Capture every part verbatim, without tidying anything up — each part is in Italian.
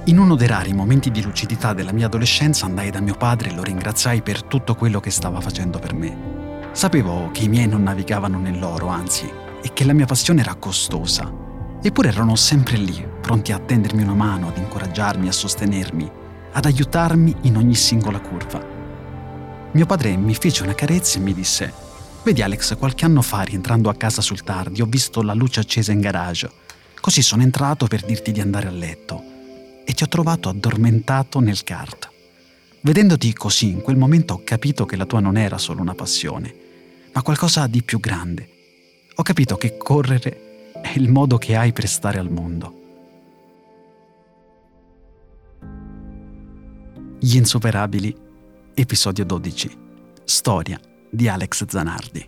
In uno dei rari momenti di lucidità della mia adolescenza andai da mio padre e lo ringraziai per tutto quello che stava facendo per me. Sapevo che i miei non navigavano nell'oro, anzi, e che la mia passione era costosa. Eppure erano sempre lì, pronti a tendermi una mano, ad incoraggiarmi, a sostenermi, ad aiutarmi in ogni singola curva. Mio padre mi fece una carezza e mi disse: «Vedi Alex, qualche anno fa, rientrando a casa sul tardi, ho visto la luce accesa in garage. Così sono entrato per dirti di andare a letto. E ti ho trovato addormentato nel kart. Vedendoti così, in quel momento ho capito che la tua non era solo una passione, ma qualcosa di più grande. Ho capito che correre è il modo che hai per stare al mondo». Gli insuperabili, episodio dodici. Storia di Alex Zanardi.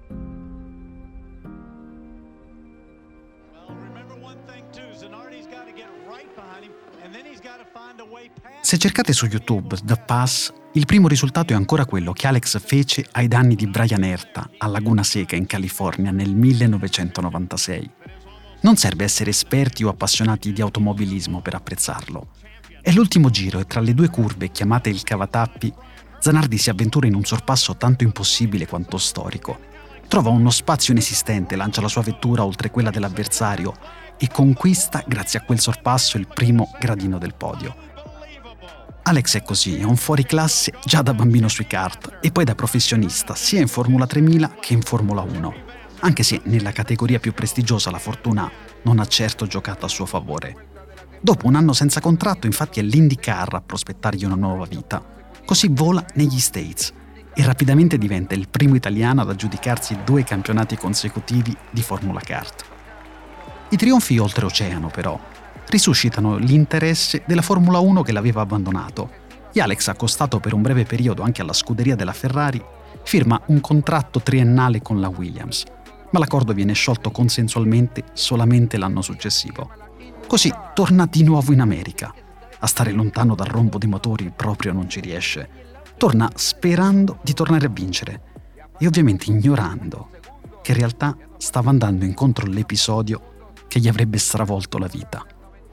Se cercate su YouTube The Pass, il primo risultato è ancora quello che Alex fece ai danni di Brian Herta a Laguna Seca in California nel millenovecentonovantasei. Non serve essere esperti o appassionati di automobilismo per apprezzarlo. È l'ultimo giro e tra le due curve chiamate il cavatappi, Zanardi si avventura in un sorpasso tanto impossibile quanto storico. Trova uno spazio inesistente, lancia la sua vettura oltre quella dell'avversario e conquista, grazie a quel sorpasso, il primo gradino del podio. Alex è così, è un fuoriclasse già da bambino sui kart e poi da professionista sia in Formula tremila che in Formula uno, anche se nella categoria più prestigiosa la fortuna non ha certo giocato a suo favore. Dopo un anno senza contratto, infatti, è l'IndyCar a prospettargli una nuova vita. Così vola negli States e rapidamente diventa il primo italiano ad aggiudicarsi due campionati consecutivi di Formula Kart. I trionfi oltreoceano, però, risuscitano l'interesse della Formula uno che l'aveva abbandonato e Alex, accostato per un breve periodo anche alla scuderia della Ferrari, firma un contratto triennale con la Williams, ma l'accordo viene sciolto consensualmente solamente l'anno successivo. Così torna di nuovo in America. A stare lontano dal rombo dei motori proprio non ci riesce. Torna sperando di tornare a vincere e ovviamente ignorando che in realtà stava andando incontro all'episodio che gli avrebbe stravolto la vita.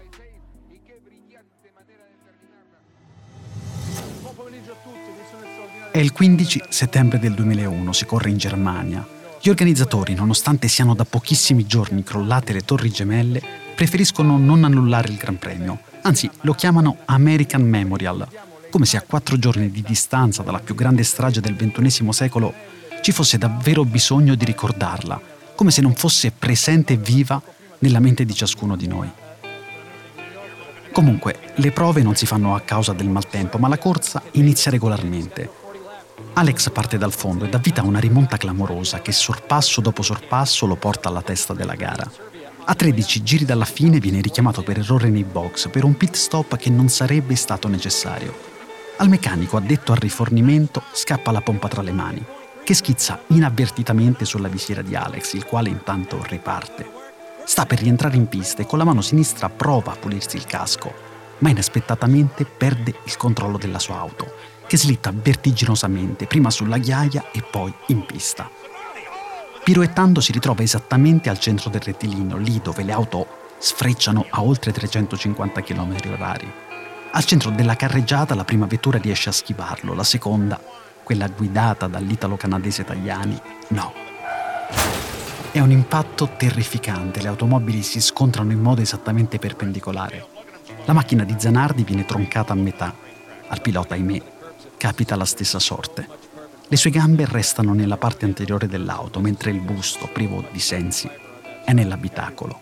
È il quindici settembre del duemilauno, si corre in Germania. Gli organizzatori, nonostante siano da pochissimi giorni crollate le torri gemelle, preferiscono non annullare il Gran Premio, anzi lo chiamano American Memorial, come se a quattro giorni di distanza dalla più grande strage del ventunesimo secolo ci fosse davvero bisogno di ricordarla, come se non fosse presente e viva nella mente di ciascuno di noi. Comunque, le prove non si fanno a causa del maltempo, ma la corsa inizia regolarmente. Alex parte dal fondo e dà vita a una rimonta clamorosa che sorpasso dopo sorpasso lo porta alla testa della gara. A tredici giri dalla fine viene richiamato per errore nei box per un pit stop che non sarebbe stato necessario. Al meccanico addetto al rifornimento scappa la pompa tra le mani, che schizza inavvertitamente sulla visiera di Alex, il quale intanto riparte. Sta per rientrare in pista e con la mano sinistra prova a pulirsi il casco, ma inaspettatamente perde il controllo della sua auto, che slitta vertiginosamente prima sulla ghiaia e poi in pista. Piroettando si ritrova esattamente al centro del rettilineo, lì dove le auto sfrecciano a oltre trecentocinquanta chilometri orari. Al centro della carreggiata la prima vettura riesce a schivarlo, la seconda, quella guidata dall'italo-canadese Tajani, no. È un impatto terrificante, le automobili si scontrano in modo esattamente perpendicolare. La macchina di Zanardi viene troncata a metà. Al pilota, ahimè, capita la stessa sorte. Le sue gambe restano nella parte anteriore dell'auto, mentre il busto, privo di sensi, è nell'abitacolo.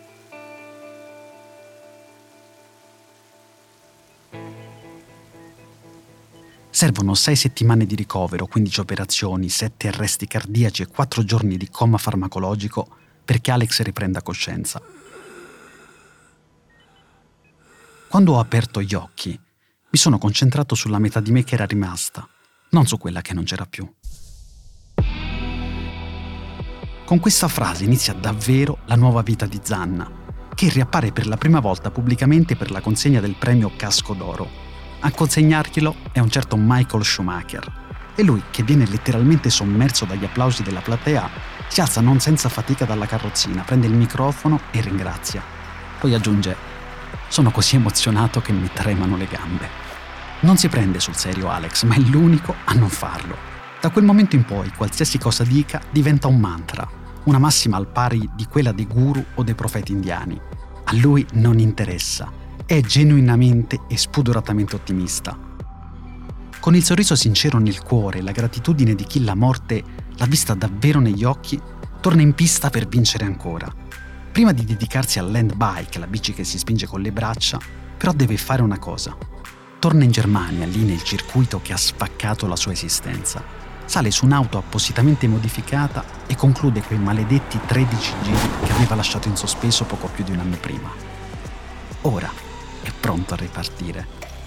Servono sei settimane di ricovero, quindici operazioni, sette arresti cardiaci e quattro giorni di coma farmacologico perché Alex riprenda coscienza. Quando ho aperto gli occhi, mi sono concentrato sulla metà di me che era rimasta, non su quella che non c'era più. Con questa frase inizia davvero la nuova vita di Zanna, che riappare per la prima volta pubblicamente per la consegna del premio Casco d'Oro. A consegnarglielo è un certo Michael Schumacher, e lui, che viene letteralmente sommerso dagli applausi della platea, si alza non senza fatica dalla carrozzina, prende il microfono e ringrazia. Poi aggiunge: Sono così emozionato che mi tremano le gambe. Non si prende sul serio Alex, ma è l'unico a non farlo. Da quel momento in poi, qualsiasi cosa dica diventa un mantra, una massima al pari di quella dei guru o dei profeti indiani. A lui non interessa, è genuinamente e spudoratamente ottimista. Con il sorriso sincero nel cuore e la gratitudine di chi la morte l'ha vista davvero negli occhi, torna in pista per vincere ancora. Prima di dedicarsi al land bike, la bici che si spinge con le braccia, però deve fare una cosa. Torna in Germania, lì nel circuito che ha spaccato la sua esistenza. Sale su un'auto appositamente modificata e conclude quei maledetti tredici giri che aveva lasciato in sospeso poco più di un anno prima. Ora è pronto a ripartire.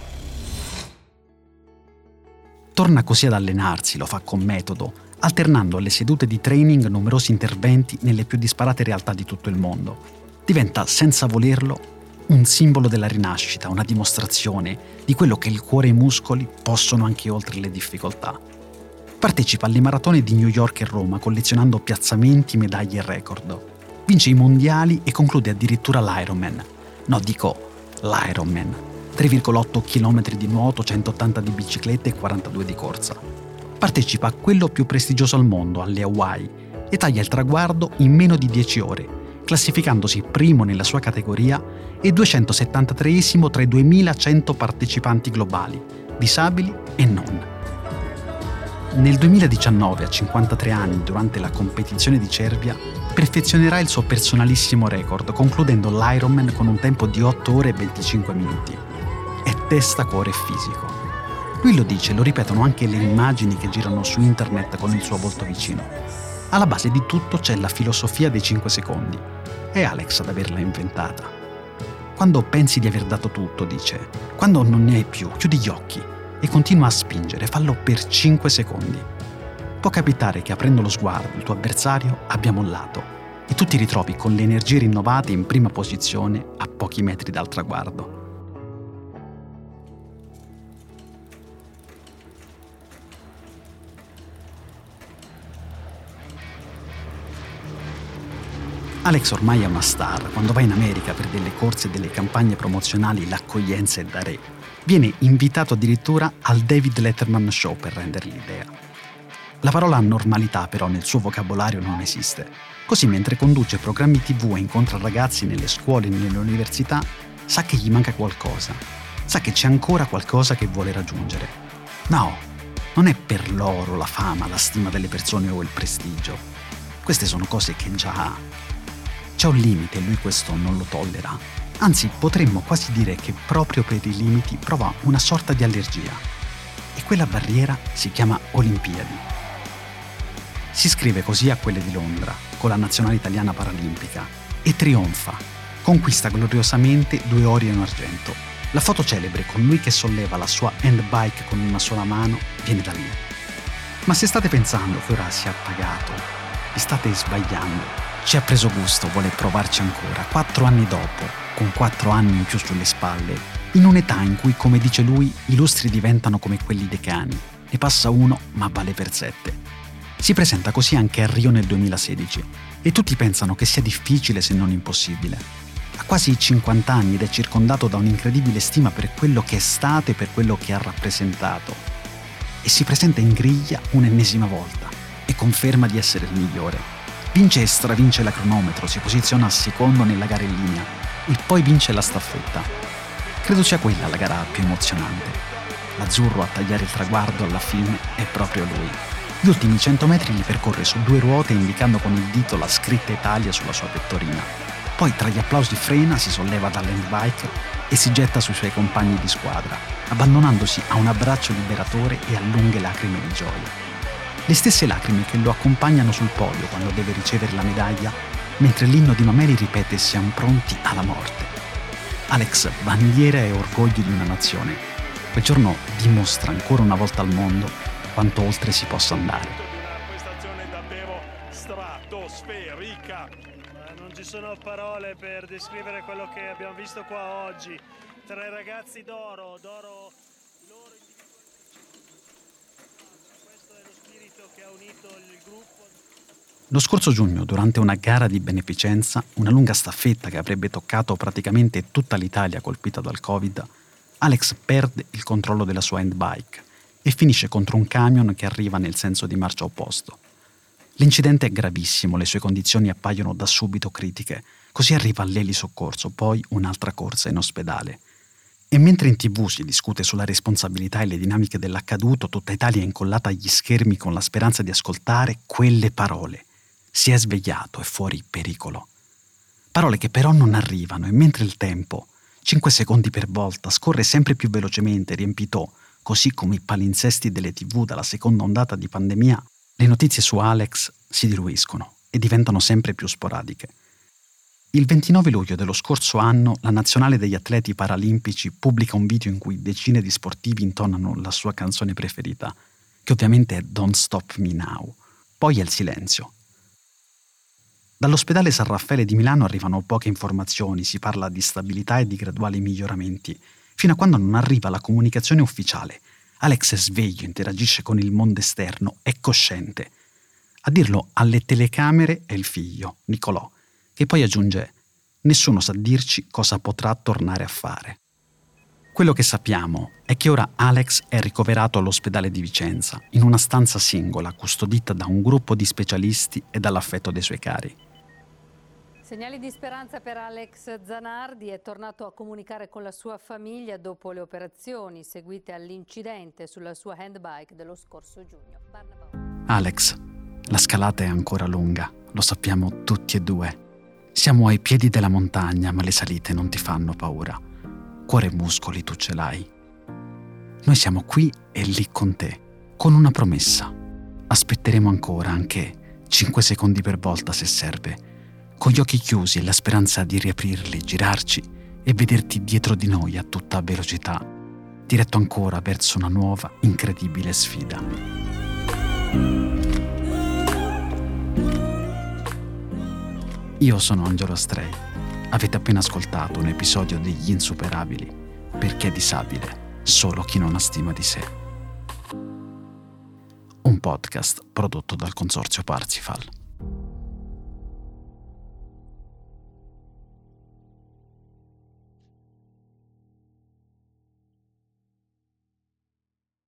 Torna così ad allenarsi, lo fa con metodo, alternando alle sedute di training numerosi interventi nelle più disparate realtà di tutto il mondo. Diventa, senza volerlo, un simbolo della rinascita, una dimostrazione di quello che il cuore e i muscoli possono anche oltre le difficoltà. Partecipa alle maratone di New York e Roma collezionando piazzamenti, medaglie e record. Vince i mondiali e conclude addirittura l'Ironman. No, dico l'Ironman. tre virgola otto chilometri di nuoto, centottanta di bicicletta e quarantadue di corsa. Partecipa a quello più prestigioso al mondo, alle Hawaii, e taglia il traguardo in meno di dieci ore, classificandosi primo nella sua categoria e duecentosettantatreesimo tra i duemilacento partecipanti globali, disabili e non. Nel duemiladiciannove, a cinquantatré anni, durante la competizione di Cervia, perfezionerà il suo personalissimo record, concludendo l'Ironman con un tempo di otto ore e venticinque minuti. È testa, cuore e fisico. Lui lo dice, lo ripetono anche le immagini che girano su internet con il suo volto vicino. Alla base di tutto c'è la filosofia dei cinque secondi. È Alex ad averla inventata. Quando pensi di aver dato tutto, dice, quando non ne hai più, chiudi gli occhi e continua a spingere, fallo per cinque secondi. Può capitare che aprendo lo sguardo il tuo avversario abbia mollato e tu ti ritrovi con le energie rinnovate in prima posizione a pochi metri dal traguardo. Alex ormai è una star, quando va in America per delle corse e delle campagne promozionali l'accoglienza è da re. Viene invitato addirittura al David Letterman Show per rendergli l'idea. La parola normalità però nel suo vocabolario non esiste. Così mentre conduce programmi tivù e incontra ragazzi nelle scuole e nelle università, sa che gli manca qualcosa. Sa che c'è ancora qualcosa che vuole raggiungere. No, non è per l'oro, la fama, la stima delle persone o il prestigio. Queste sono cose che già ha. C'è un limite e lui questo non lo tollera. Anzi, potremmo quasi dire che proprio per i limiti prova una sorta di allergia. E quella barriera si chiama Olimpiadi. Si iscrive così a quelle di Londra, con la nazionale italiana paralimpica, e trionfa. Conquista gloriosamente due ori e un argento. La foto celebre con lui che solleva la sua handbike con una sola mano viene da lì. Ma se state pensando che ora sia appagato, vi state sbagliando. Ci ha preso gusto, vuole provarci ancora, quattro anni dopo, con quattro anni in più sulle spalle, in un'età in cui, come dice lui, i lustri diventano come quelli dei cani. Ne passa uno, ma vale per sette. Si presenta così anche a Rio nel duemilasedici, e tutti pensano che sia difficile se non impossibile. Ha quasi cinquanta anni ed è circondato da un'incredibile stima per quello che è stato e per quello che ha rappresentato. E si presenta in griglia un'ennesima volta, e conferma di essere il migliore. Vince e stravince la cronometro, si posiziona secondo nella gara in linea e poi vince la staffetta. Credo sia quella la gara più emozionante. L'azzurro a tagliare il traguardo alla fine è proprio lui. Gli ultimi cento metri li percorre su due ruote indicando con il dito la scritta Italia sulla sua pettorina. Poi tra gli applausi frena, si solleva dall'handbike e si getta sui suoi compagni di squadra, abbandonandosi a un abbraccio liberatore e a lunghe lacrime di gioia. Le stesse lacrime che lo accompagnano sul podio quando deve ricevere la medaglia, mentre l'inno di Mameli ripete siamo pronti alla morte. Alex, bandiera e orgoglio di una nazione. Quel giorno dimostra ancora una volta al mondo quanto oltre si possa andare. Una prestazione davvero stratosferica. Non ci sono parole per descrivere quello che abbiamo visto qua oggi. Tre ragazzi d'oro, d'oro loro individualmente. Questo è lo spirito che ha unito il gruppo. Lo scorso giugno, durante una gara di beneficenza, una lunga staffetta che avrebbe toccato praticamente tutta l'Italia colpita dal Covid, Alex perde il controllo della sua handbike e finisce contro un camion che arriva nel senso di marcia opposto. L'incidente è gravissimo, le sue condizioni appaiono da subito critiche, così arriva l'elisoccorso, poi un'altra corsa in ospedale. E mentre in tv si discute sulla responsabilità e le dinamiche dell'accaduto, tutta Italia è incollata agli schermi con la speranza di ascoltare quelle parole. Si è svegliato, è fuori pericolo. Parole che però non arrivano e mentre il tempo, cinque secondi per volta, scorre sempre più velocemente, riempito, così come i palinsesti delle tv dalla seconda ondata di pandemia, le notizie su Alex si diluiscono e diventano sempre più sporadiche. Il ventinove luglio dello scorso anno la nazionale degli atleti paralimpici pubblica un video in cui decine di sportivi intonano la sua canzone preferita, che ovviamente è Don't Stop Me Now. Poi è il silenzio. Dall'ospedale San Raffaele di Milano arrivano poche informazioni, si parla di stabilità e di graduali miglioramenti, fino a quando non arriva la comunicazione ufficiale. Alex è sveglio, interagisce con il mondo esterno, è cosciente. A dirlo alle telecamere è il figlio, Nicolò, che poi aggiunge: nessuno sa dirci cosa potrà tornare a fare. Quello che sappiamo è che ora Alex è ricoverato all'ospedale di Vicenza, in una stanza singola, custodita da un gruppo di specialisti e dall'affetto dei suoi cari. Segnali di speranza per Alex Zanardi, è tornato a comunicare con la sua famiglia dopo le operazioni seguite all'incidente sulla sua handbike dello scorso giugno. Alex, la scalata è ancora lunga, lo sappiamo tutti e due. Siamo ai piedi della montagna, ma le salite non ti fanno paura. Cuore e muscoli tu ce l'hai. Noi siamo qui e lì con te, con una promessa. Aspetteremo ancora, anche cinque secondi per volta se serve, con gli occhi chiusi e la speranza di riaprirli, girarci e vederti dietro di noi a tutta velocità, diretto ancora verso una nuova, incredibile sfida. Io sono Angelo Astrei. Avete appena ascoltato un episodio degli Insuperabili, perché è disabile solo chi non ha stima di sé. Un podcast prodotto dal Consorzio Parsifal.